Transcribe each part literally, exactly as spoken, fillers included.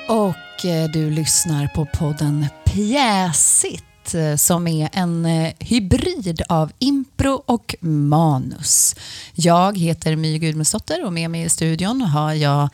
Och eh, du lyssnar på podden Pjäsigt eh, som är en eh, hybrid av impro och manus. Jag heter My Gudmundsdotter och med mig i studion har jag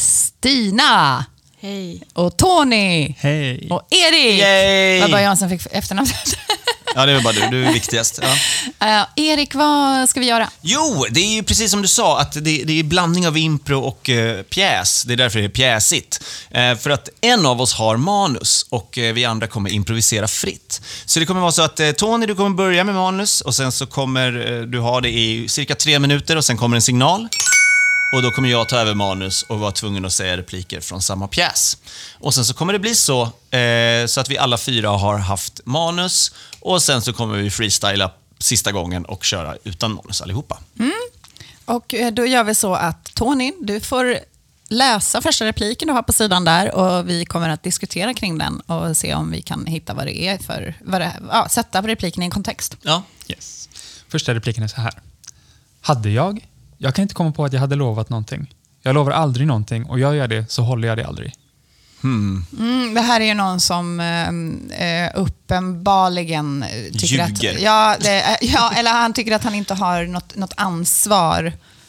Stina. Hej. Och Tony. Hej. Och Erik. Yay. Det var bara jag som fick efternamn. Ja, det är bara du. Du är viktigast. Ja. Uh, Erik, vad ska vi göra? Jo, det är ju precis som du sa, att det, det är blandning av impro och uh, pjäs. Det är därför det är pjäsigt. Uh, för att en av oss har manus och uh, vi andra kommer improvisera fritt. Så det kommer vara så att uh, Tony, du kommer börja med manus och sen så kommer uh, du ha det i cirka tre minuter och sen kommer en signal. Och då kommer jag ta över manus och vara tvungen att säga repliker från samma pjäs. Och sen så kommer det bli så, eh, så att vi alla fyra har haft manus. Och sen så kommer vi freestyla sista gången och köra utan manus allihopa. Mm. Och då gör vi så att Tony, du får läsa första repliken du har på sidan där. Och vi kommer att diskutera kring den och se om vi kan hitta vad det är för... Vad det, ja, sätta repliken i en kontext. Ja. Yes. Första repliken är så här. Hade jag... Jag kan inte komma på att jag hade lovat någonting. Jag lovar aldrig någonting och jag gör det så håller jag det aldrig. Hmm. Mm, det här är ju någon som eh, uppenbarligen tycker Ljuger. att... Ja, det, ja, eller han tycker att han inte har något, något ansvar.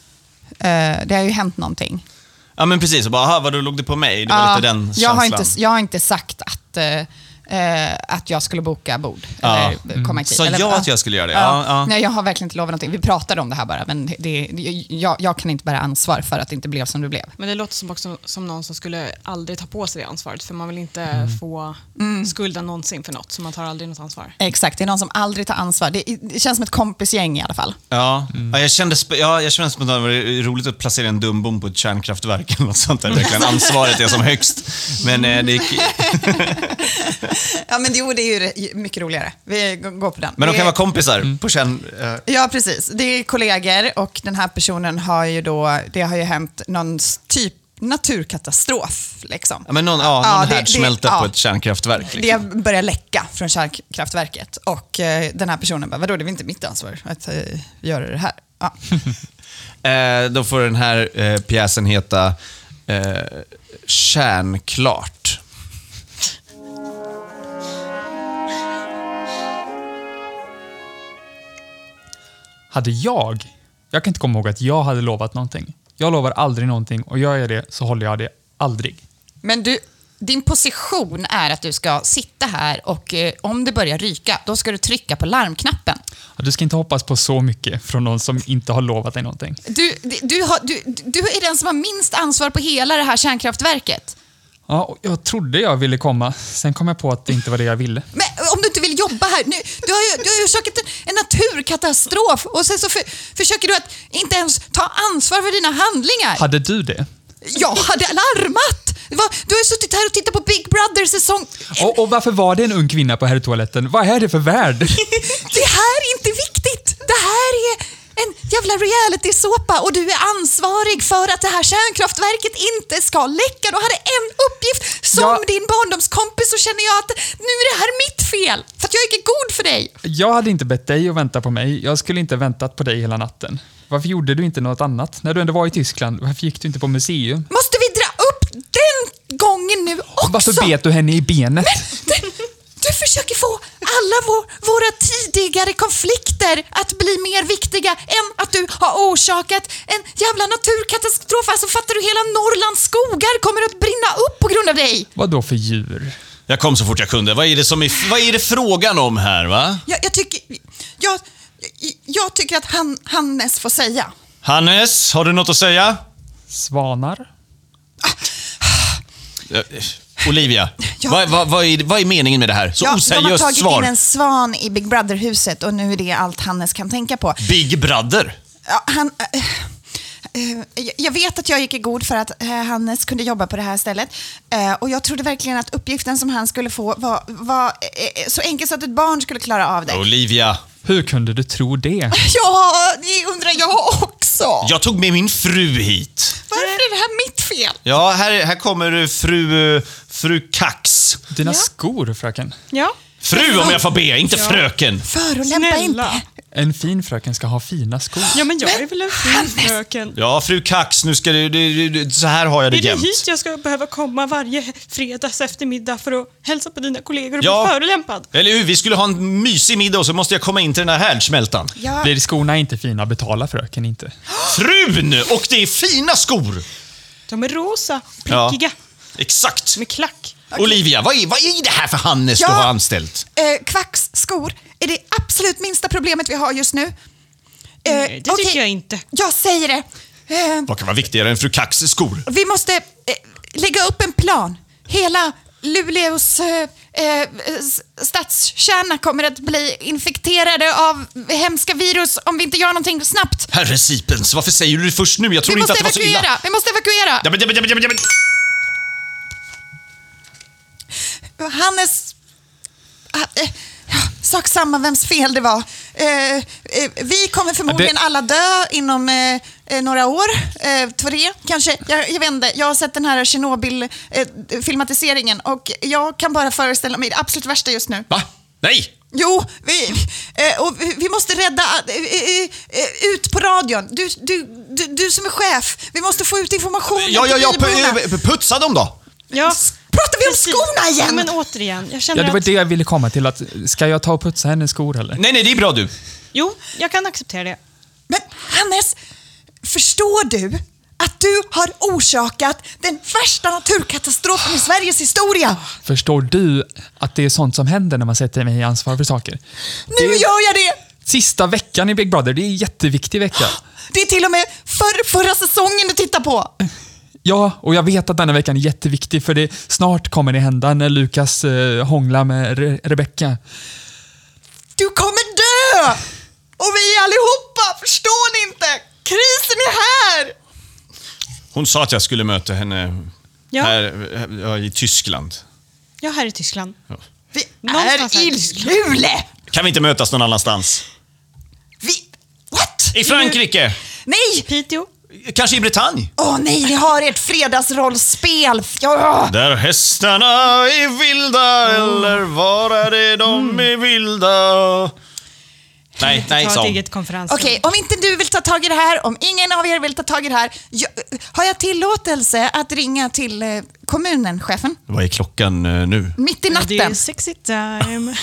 Eh, det har ju hänt någonting. Ja, men precis. Och bara, aha, vad då låg det på mig? Det var Ja, lite den känslan. jag, har inte, jag har inte sagt att... Eh, Eh, att jag skulle boka bord. Ja. Eller komma i tid. Sa eller, jag att jag skulle göra det? Ja, ja. Nej, jag har verkligen inte lovat någonting. Vi pratade om det här bara, men det, det, jag, jag kan inte bära ansvar för att det inte blev som det blev. Men det låter som, också, som någon som skulle aldrig ta på sig det ansvaret. För man vill inte mm. få mm. skulden någonsin för något. Så man tar aldrig något ansvar. Exakt, det är någon som aldrig tar ansvar. Det, det känns som ett kompisgäng i alla fall. Ja, mm. ja jag kände sp- ja, jag kände spontant att det var roligt att placera en dum bom på ett kärnkraftverk eller något sånt där. Verkligen ansvaret är som högst. Men eh, det gick... Ja, men jo, det är ju mycket roligare. Vi går på den. Men de kan är... vara kompisar mm. på känn... Uh... Ja, precis. Det är kollegor och den här personen har ju då... Det har ju hänt någon typ naturkatastrof, liksom. Ja, men någon, ja, ja, någon det, härdsmälta det, på ja, ett kärnkraftverk. Liksom. Det börjar läcka från kärnkraftverket och eh, den här personen bara, vadå, det är inte mitt ansvar att eh, göra det här. Ja. eh, då får den här eh, pjäsen heta eh, Kärnklart. Hade jag... Jag kan inte komma ihåg att jag hade lovat någonting. Jag lovar aldrig någonting och gör jag det så håller jag det aldrig. Men du, din position är att du ska sitta här och eh, om det börjar ryka, då ska du trycka på larmknappen. Ja, du ska inte hoppas på så mycket från någon som inte har lovat dig någonting. Du, du, har, du, du är den som har minst ansvar på hela det här kärnkraftverket. Ja, och jag trodde jag ville komma. Sen kom jag på att det inte var det jag ville. Men om du inte vill jobba här nu, du har ju, du har ju orsakat en, en naturkatastrof och sen så för, försöker du att inte ens ta ansvar för dina handlingar. Hade du det? Jag hade larmat. Det var, du har ju suttit här och tittat på Big Brother säsong... Och, och varför var det en ung kvinna på herrtoaletten? Vad är det för värld? Det här är inte viktigt. Det här är en jävla reality-såpa och du är ansvarig för att det här kärnkraftverket inte ska läcka. Du hade en uppgift som Ja. din barndomskompis så känner jag att nu är det här mitt fel. För att jag är inte god för dig. Jag hade inte bett dig att vänta på mig. Jag skulle inte väntat på dig hela natten. Varför gjorde du inte något annat? När du ändå var i Tyskland, varför gick du inte på museum? Måste vi dra upp den gången nu också? Varför bet du henne i benet? Men, du, du försöker få alla vår, våra tidigare konflikter att bli mer viktiga än att du har orsakat en jävla naturkatastrof. Alltså fattar du, hela Norrlands skogar kommer att brinna upp på grund av dig. Vad då för djur? Jag kom så fort jag kunde. Vad är det, som är, vad är det frågan om här, va? Jag, jag tycker... Jag, jag tycker att han, Hannes får säga. Hannes, har du något att säga? Svanar? Uh, Olivia, Ja. vad, vad, vad, är, vad är meningen med det här? Så Ja, de har oseriöst tagit svar. in en svan i Big Brother-huset och nu är det allt Hannes kan tänka på. Big Brother? Ja, han... Äh, äh, jag vet att jag gick i god för att äh, Hannes kunde jobba på det här stället. Äh, och jag trodde verkligen att uppgiften som han skulle få var, var äh, så enkelt så att ett barn skulle klara av det. Olivia. Hur kunde du tro det? Ja, det undrar jag också. Jag tog med min fru hit. Varför är det här mitt fel? Ja, här, här kommer fru, fru Kax. Dina Ja. skor, fröken. Ja. Fru om jag får be, inte Ja. fröken. Förolämpa Snälla. inte. En fin fröken ska ha fina skor. Ja, men jag är väl en fin fröken. Ja, fru Kax, nu ska du, du, du... Så här har jag det Är det jämt. hit jag ska behöva komma varje fredags eftermiddag för att hälsa på dina kollegor och Ja. bli förolämpad? Eller hur? Vi skulle ha en mysig middag och så måste jag komma in till den här härdsmältan. Ja. Blir skorna inte fina, betala fröken inte. Frun! Och det är fina skor! De är rosa, Ja. prickiga, Exakt. med klack. Olivia, vad är, vad är det här för Hannes Ja. du har anställt? Eh, Kvacks skor är det absolut minsta problemet vi har just nu. Eh, Nej, det okej, tycker jag inte. Jag säger det. Eh, Vad kan vara viktigare än fru Kax skor? vi måste eh, lägga upp en plan. Hela Luleås eh, eh, s- stadskärna kommer att bli infekterade av hemska virus om vi inte gör någonting snabbt. Herre Sipens, varför säger du det först nu? Jag tror Vi inte måste att det var så evakuera. illa. Vi måste evakuera. Ja, men, ja, men, ja, men, ja, men. Hannes... Ah, eh, ja, sak samma vems fel det var. Eh, eh, vi kommer förmodligen Det- alla dö inom eh, eh, några år. Eh, tre kanske. Jag, jag vet inte. Jag har sett den här Chernobyl-filmatiseringen och jag kan bara föreställa mig det absolut värsta just nu. Va? Nej! Jo, vi, eh, och vi- vi måste rädda eh, eh, eh, ut på radion. Du, du, du, du som är chef, vi måste få ut information. Ja, ja, ja, till byborna. p- putsa dem då. Ja, Pratar vi om precis. skorna igen? Ja, men återigen, jag känner Ja, det var att... det jag ville komma till. Att, ska jag ta och putsa hennes skor eller? Nej, nej, det är bra du. Jo, jag kan acceptera det. Men Hannes, förstår du att du har orsakat den värsta naturkatastrofen i Sveriges historia? Förstår du att det är sånt som händer när man sätter mig i ansvar för saker? Nu gör jag det! Sista veckan i Big Brother, det är en jätteviktig vecka. Det är till och med för, förra säsongen du tittar på. Ja, och jag vet att denna veckan är jätteviktig för det snart kommer det hända när Lukas eh, hånglar med Re- Rebecca. Du kommer dö! Och vi allihopa, förstår ni inte? Krisen är här! Hon sa att jag skulle möta henne Ja. här ja, i Tyskland. Jag är här i Tyskland. Vi Någonstans är här i i Tyskland. Luleå! Kan vi inte mötas någon annanstans? Vi... What? I Frankrike? Nej! Piteå. Kanske i Bretagne? Åh nej, ni har ert fredagsrollspel. Ja. Där hästarna är vilda, eller var är det de är vilda? Nej, nej, Ta sa ett hon. eget konferensrum. Okej, om inte du vill ta tag i det här, om ingen av er vill ta tag i det här, jag, har jag tillåtelse att ringa till eh, kommunen, chefen? Vad är klockan eh, nu? Mitt i Det är natten. sexy time.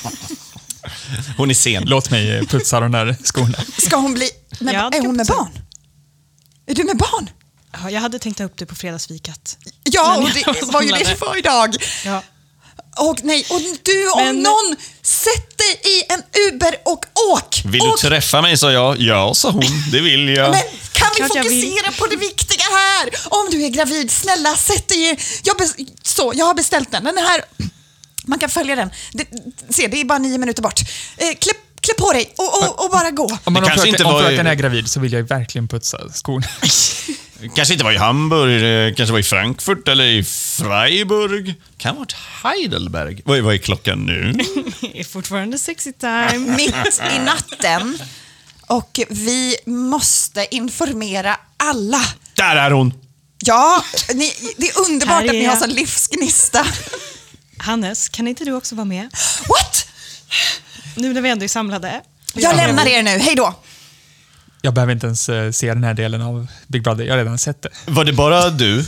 Hon är sen. Låt mig eh, putsa de där skorna. Ska hon bli... Med, Ja, det är kan hon med passa. barn? Är du med barn? Ja, jag hade tänkt ta upp det på fredagsfikat. Ja, Men och jag det var ju det samlade. det var idag. Ja. Och nej, och du om Men- någon, sätt dig i en Uber och åk. Vill du åk. träffa mig, sa jag. Ja, sa hon. Det vill jag. Men kan vi Klart jag vill. fokusera på det viktiga här? Om du är gravid, snälla sätt dig i... Jag, bes, så, jag har beställt den. Den här... Man kan följa den. Det, se, det är bara nio minuter bort. Eh, klä, klä på dig och, och, och bara gå. Om, man Det om, kanske fröken, inte om var- fröken är gravid så vill jag ju verkligen putsa skorna. Kanske inte var i Hamburg, eh, kanske var i Frankfurt eller i Freiburg. Kan vara Heidelberg. Vad är, vad är klockan nu? Det är fortfarande sexy time. Mitt i natten. Och vi måste informera alla. Där är hon! Ja, ni, det är underbart Här är att ni har jag. sån livsgnista. Hannes, kan inte du också vara med? What? Nu när vi ändå är samlade. Jag lämnar er nu, hej då. Jag behöver inte ens eh, se den här delen av Big Brother, jag har redan sett det. Var det bara du?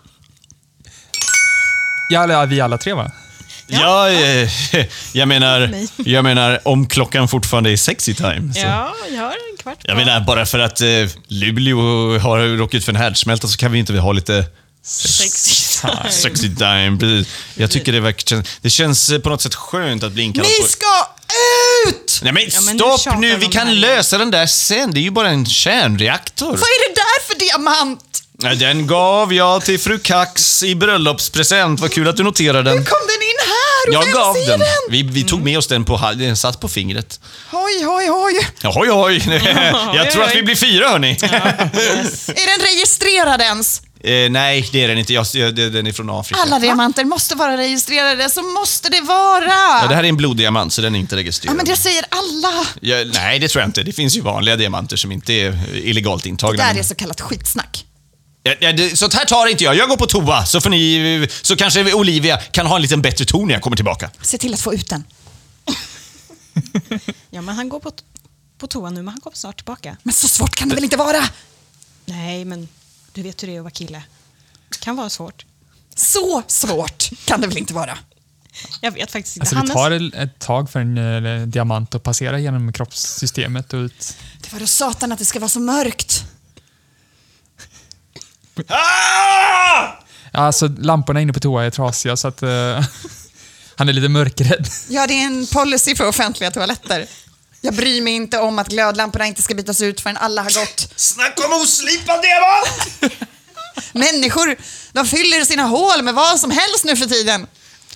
Ja, eller, vi alla tre va? Ja, eh, jag menar, Nej. jag menar om klockan fortfarande är sexy time. Så. Ja, jag har en kvart Jag menar, bara för att eh, Luleå har råkat för en härdsmälta så kan vi inte ha lite Sexy time. sexy time. Precis. Jag tycker det verkar, det känns eh, på något sätt skönt att bli inkallad Ni på... ska ut! Nej men Ja, men nu stopp tjatar nu, de vi om kan det här lösa den där sen. Det är ju bara en kärnreaktor. Vad är det där för diamant? Ja, den gav jag till fru Kax i bröllopspresent. Vad kul att du noterar den. Hur kom den in här? Och Jag vem gav ser den. den? Vi, vi tog med oss den på ha- den satt på fingret. Oj, oj, oj. Oj, oj. Jag tror oj, att vi oj. blir fyra, hörni. Yes. Är den registrerad ens? Eh, nej, det är den inte. Jag, jag, den är från Afrika. Alla diamanter måste vara registrerade, så måste det vara. Ja, det här är en bloddiamant, så den är inte Ja, registrerad. men det säger alla. Ja, nej, det tror jag inte. Det finns ju vanliga diamanter som inte är illegalt Det intagna. där men- är så kallat skitsnack. Ja, ja, det, sånt här tar inte jag. Jag går på toa, så får ni, så kanske Olivia kan ha en liten bättre ton när jag kommer tillbaka. Se till att få ut den. Ja, men han går på... t- på toa nu, men han kommer snart tillbaka. Men så svårt kan det väl inte vara? Nej, men du vet hur det är att vara kille. Det kan vara svårt. Så svårt kan det väl inte vara? Jag vet faktiskt inte. Alltså, det Hannes, tar ett tag för en eh, diamant att passera genom kroppssystemet och ut. Det var då satan att det ska vara så mörkt. Ah! Ja, alltså, lamporna inne på toa är trasiga så att eh, han är lite mörkrädd. Ja, det är en policy för offentliga toaletter. Jag bryr mig inte om att glödlamporna inte ska bytas ut förrän alla har gått. Snacka om oslipad diamant! Människor, de fyller sina hål med vad som helst nu för tiden.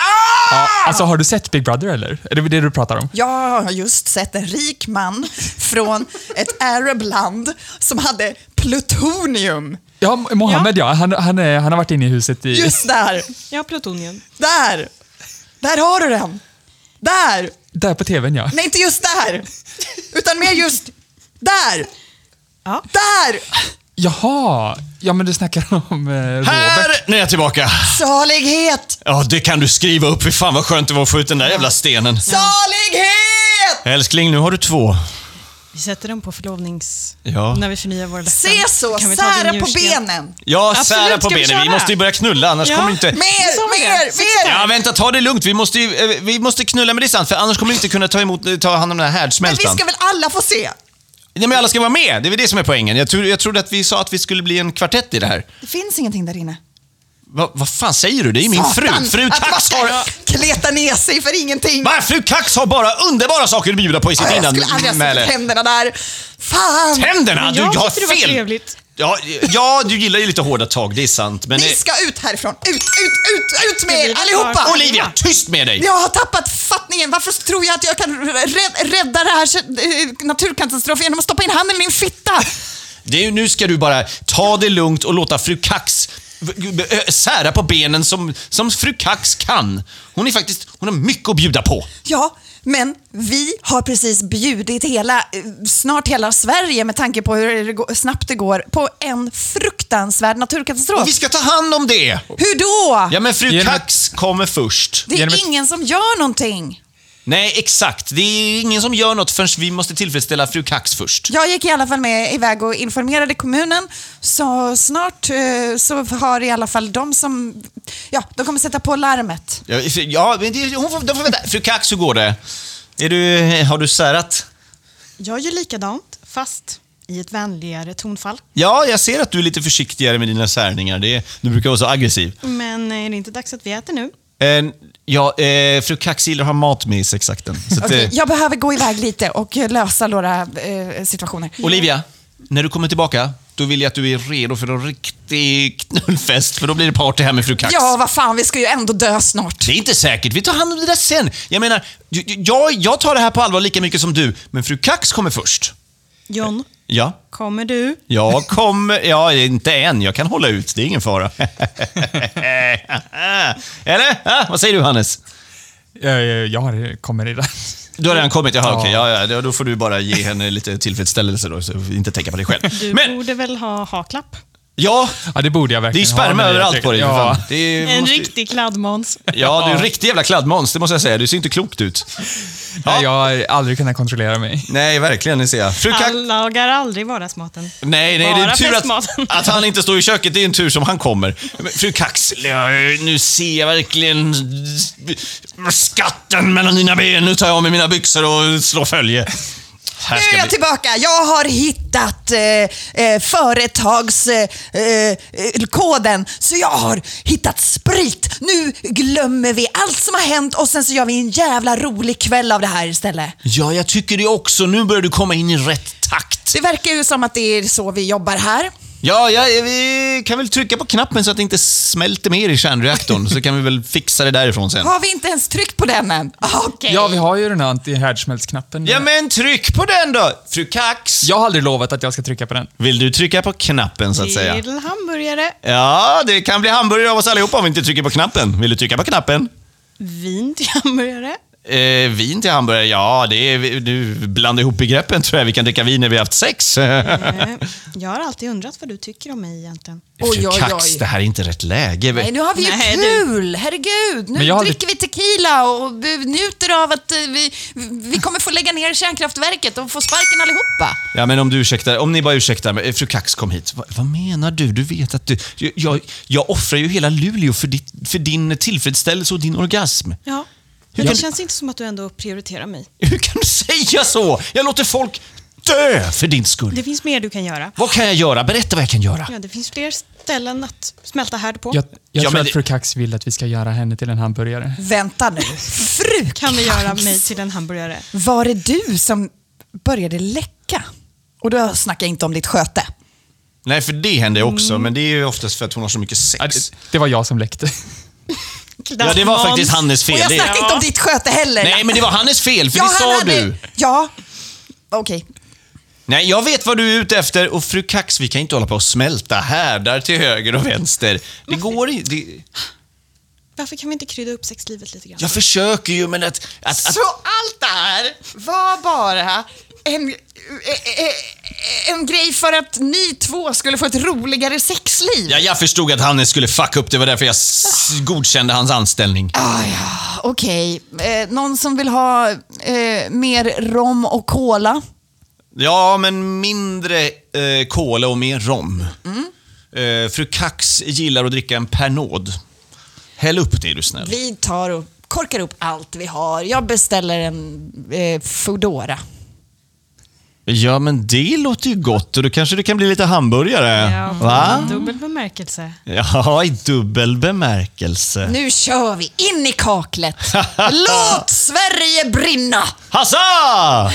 Ja, alltså, har du sett Big Brother eller? Är det det du pratar om? Jag har just sett en rik man från ett arabland som hade plutonium. Ja, Mohammed ja. Han, han, är, han har varit inne i huset i... Just där. ja, plutonium. Där. Där har du den. Där. Där på tvn ja. Nej, inte just där. Utan mer just där. Ja. Där. Jaha. Ja, men du snackar om eh, Robert. Här, nu är jag tillbaka. Salighet. Ja, det kan du skriva upp. Fy fan vad skönt det var att få ut den där jävla stenen. Salighet. Älskling, nu har du två. Vi sätter dem på förlovnings... Ja. När vi förnyar våra löften. Se så, Kan vi ta din sära på njursten? benen. Ja, Absolut, sära på ska vi benen. Vi köra? måste ju börja knulla, annars Ja. kommer vi inte... Mer, mer, mer. Ja, vänta, ta det lugnt. Vi måste, ju, eh, vi måste knulla med distans, för annars kommer vi inte kunna ta, emot, ta hand om den här Men vi härdsmältan. ska väl alla få se? Nej, men alla ska vara med. Det är väl det som är poängen. Jag, tro, jag trodde att vi sa att vi skulle bli en kvartett i det här. Det finns ingenting där inne. Va, vad fan säger du? Det är min fru. Fru att man Kax ska har... kleta ner sig för ingenting. Va? Fru Kax har bara underbara saker att bjuda på i sitt Jag skulle aldrig ha innanmäle. suttit händerna där. Fan! Tänderna? Du Jag har tyckte det var fel. trevligt. Ja, ja, du gillar ju lite hårda tag, det är sant. Men... Ni ska ut härifrån. Ut, ut, ut, ut med vi er väl allihopa! ta- Olivia, tyst med dig! Jag har tappat fattningen. Varför tror jag att jag kan rädda, rädda det här eh, naturkatastrofen genom att stoppa in handen i min fitta? Det är, ju- nu ska du bara ta det lugnt och låta fru Kax v- v- ö, sära på benen som, som fru Kax kan. Hon är faktiskt, hon har mycket att bjuda på. Ja, men vi har precis bjudit hela, eh, snart hela Sverige med tanke på hur det går, snabbt det går, på en fruktansvärd naturkatastrof. Och vi ska ta hand om det. Hur då? Ja, men fru Genom- Kax kommer först. Det Genom är ett- ingen som gör någonting. Nej, exakt. Det är ingen som gör något förrän vi måste tillfredsställa fru Kax först. Jag gick i alla fall med iväg och informerade kommunen, så snart eh, så har i alla fall de som, ja, de kommer sätta på larmet. Ja, ja men det, hon får, de får vänta. Fru Kax, hur går det? Är du, har du särat? Jag gör likadant, fast i ett vänligare tonfall. Ja, jag ser att du är lite försiktigare med dina särningar. Det, du brukar vara så aggressiv. Men är det inte dags att vi äter nu? Eh, ja, eh, fru Kax gillar att ha mat med i sexakten. Så att, Okej, eh, jag behöver gå iväg lite och lösa några eh, situationer. Olivia, när du kommer tillbaka, då vill jag att du är redo för en riktig knullfest, för då blir det party här med fru Kax. Ja, vad fan, vi ska ju ändå dö snart. Det är inte säkert, vi tar hand om det där sen. Jag menar, jag, jag tar det här på allvar lika mycket som du, men fru Kax kommer först. John, Ja, kommer du? jag kommer... Ja, inte än. Jag kan hålla ut, det är ingen fara. Eller? Ah, vad säger du, Hannes? Jag, jag har, kommer redan. Du har redan kommit, jaha, Ja. okej. Ja, ja, då får du bara ge henne lite tillfredsställelse då, så inte tänka på dig själv. Du Men, borde väl ha haklapp? ja, Ja, det borde jag det är verkligen ju ha sperma när jag överallt tycker- på dig. för Ja. fan. Det är, En måste, riktig kladdmåns. Ja, du är en riktig jävla kladdmåns, det måste jag säga. Du ser inte klokt ut. Nej, jag har aldrig kunnat kontrollera mig. Nej, verkligen, det ser jag. Fru Kax... Han lagar aldrig vardagsmaten. Nej, nej, det är en Bara tur att, festmaten. att han inte står i köket. Det är en tur som han kommer. Men, fru Kax, ja, nu ser jag verkligen skatten mellan dina ben. Nu tar jag av mig mina byxor och slår följe. Här Nu ska är jag bli... tillbaka. Jag har hittat eh, eh, företagskoden, eh, så jag har hittat sprit. Nu glömmer vi allt som har hänt och sen så gör vi en jävla rolig kväll av det här istället. Ja, jag tycker det också. Nu börjar du komma in i rätt takt. Det verkar ju som att det är så vi jobbar här. Ja, ja, vi kan väl trycka på knappen så att det inte smälter mer i kärnreaktorn. Så kan vi väl fixa det därifrån sen. Har vi inte ens tryckt på den än? Okej. Ja, vi har ju den här anti-härdsmältsknappen. Ja, men tryck på den då! Fru Kax! Jag har aldrig lovat att jag ska trycka på den. Vill du trycka på knappen så att säga? Till hamburgare, Ja, det kan bli hamburgare av oss allihopa om vi inte trycker på knappen. Vill du trycka på knappen? vin till hamburgare. Eh, vin till hamburgare, ja, det är, du blandar ihop begreppen tror jag. Vi kan dricka vin när vi har haft sex. Eh, Jag har alltid undrat vad du tycker om mig egentligen. Oj, Fru oj, Kax, oj. det här är inte rätt läge. Nej, nu har vi ju Nej, kul! Herregud, nu Men jag hade- dricker vi tequila och njuter av att eh, vi, vi kommer få lägga ner kärnkraftverket och få sparken allihopa. Ja, men om du ursäktar, om ni bara ursäktar mig, fru Kax kom hit. Va, vad menar du? Du vet att du... Jag, jag, jag offrar ju hela Luleå för, ditt, för din tillfredsställelse och din orgasm. Ja. Hur Det kan- känns inte som att du ändå prioriterar mig. Hur kan du säga så? Jag låter folk dö för din skull. Det finns mer du kan göra. Vad kan jag göra? Berätta vad jag kan göra. Ja, det finns fler ställen att smälta härd på. Jag, jag Ja, tror men att det- fru Kax vill att vi ska göra henne till en hamburgare. Vänta nu, fru Kan vi göra Kax. mig till en hamburgare? Var det du som började läcka? Och då snackar jag inte om ditt sköte. Nej, för det händer också, men det är ju oftast för att hon har så mycket Ja, sex. det, det var jag som läckte. Ja, det var faktiskt Hannes fel. Och jag Det- snackar inte om ditt sköte heller. Nej, men det var Hannes fel, för Ja, det sa han hade- du. Ja, okej. Nej, jag vet vad du är ute efter. Och fru Kax, vi kan inte hålla på och smälta härdar till höger och vänster. Det går inte. Det... Varför kan vi inte krydda upp sexlivet lite grann? Jag försöker ju, men att... att, att... Så allt det här var bara en, en grej för att ni två skulle få ett roligare sexliv? Ja, jag förstod att Hannes skulle fucka upp. Det var därför jag s- godkände hans anställning. Ah, ja, okej. Eh, någon som vill ha eh, mer rom och cola? Ja, men mindre eh, cola och mer rom. Eh, fru Kax gillar att dricka en Pernod. Häll upp det, är du snäll. Vi tar och korkar upp allt vi har. Jag beställer en eh, Foodora. Ja, men det låter ju gott och då kanske det kan bli lite hamburgare. Ja, Va? dubbel bemärkelse. Ja, i dubbel bemärkelse. Nu kör vi in i kaklet. Låt Sverige brinna! Hassa!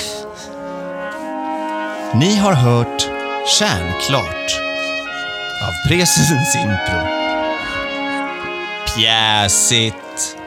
Ni har hört Kärnklart av Presens Impro. Pjäsigt.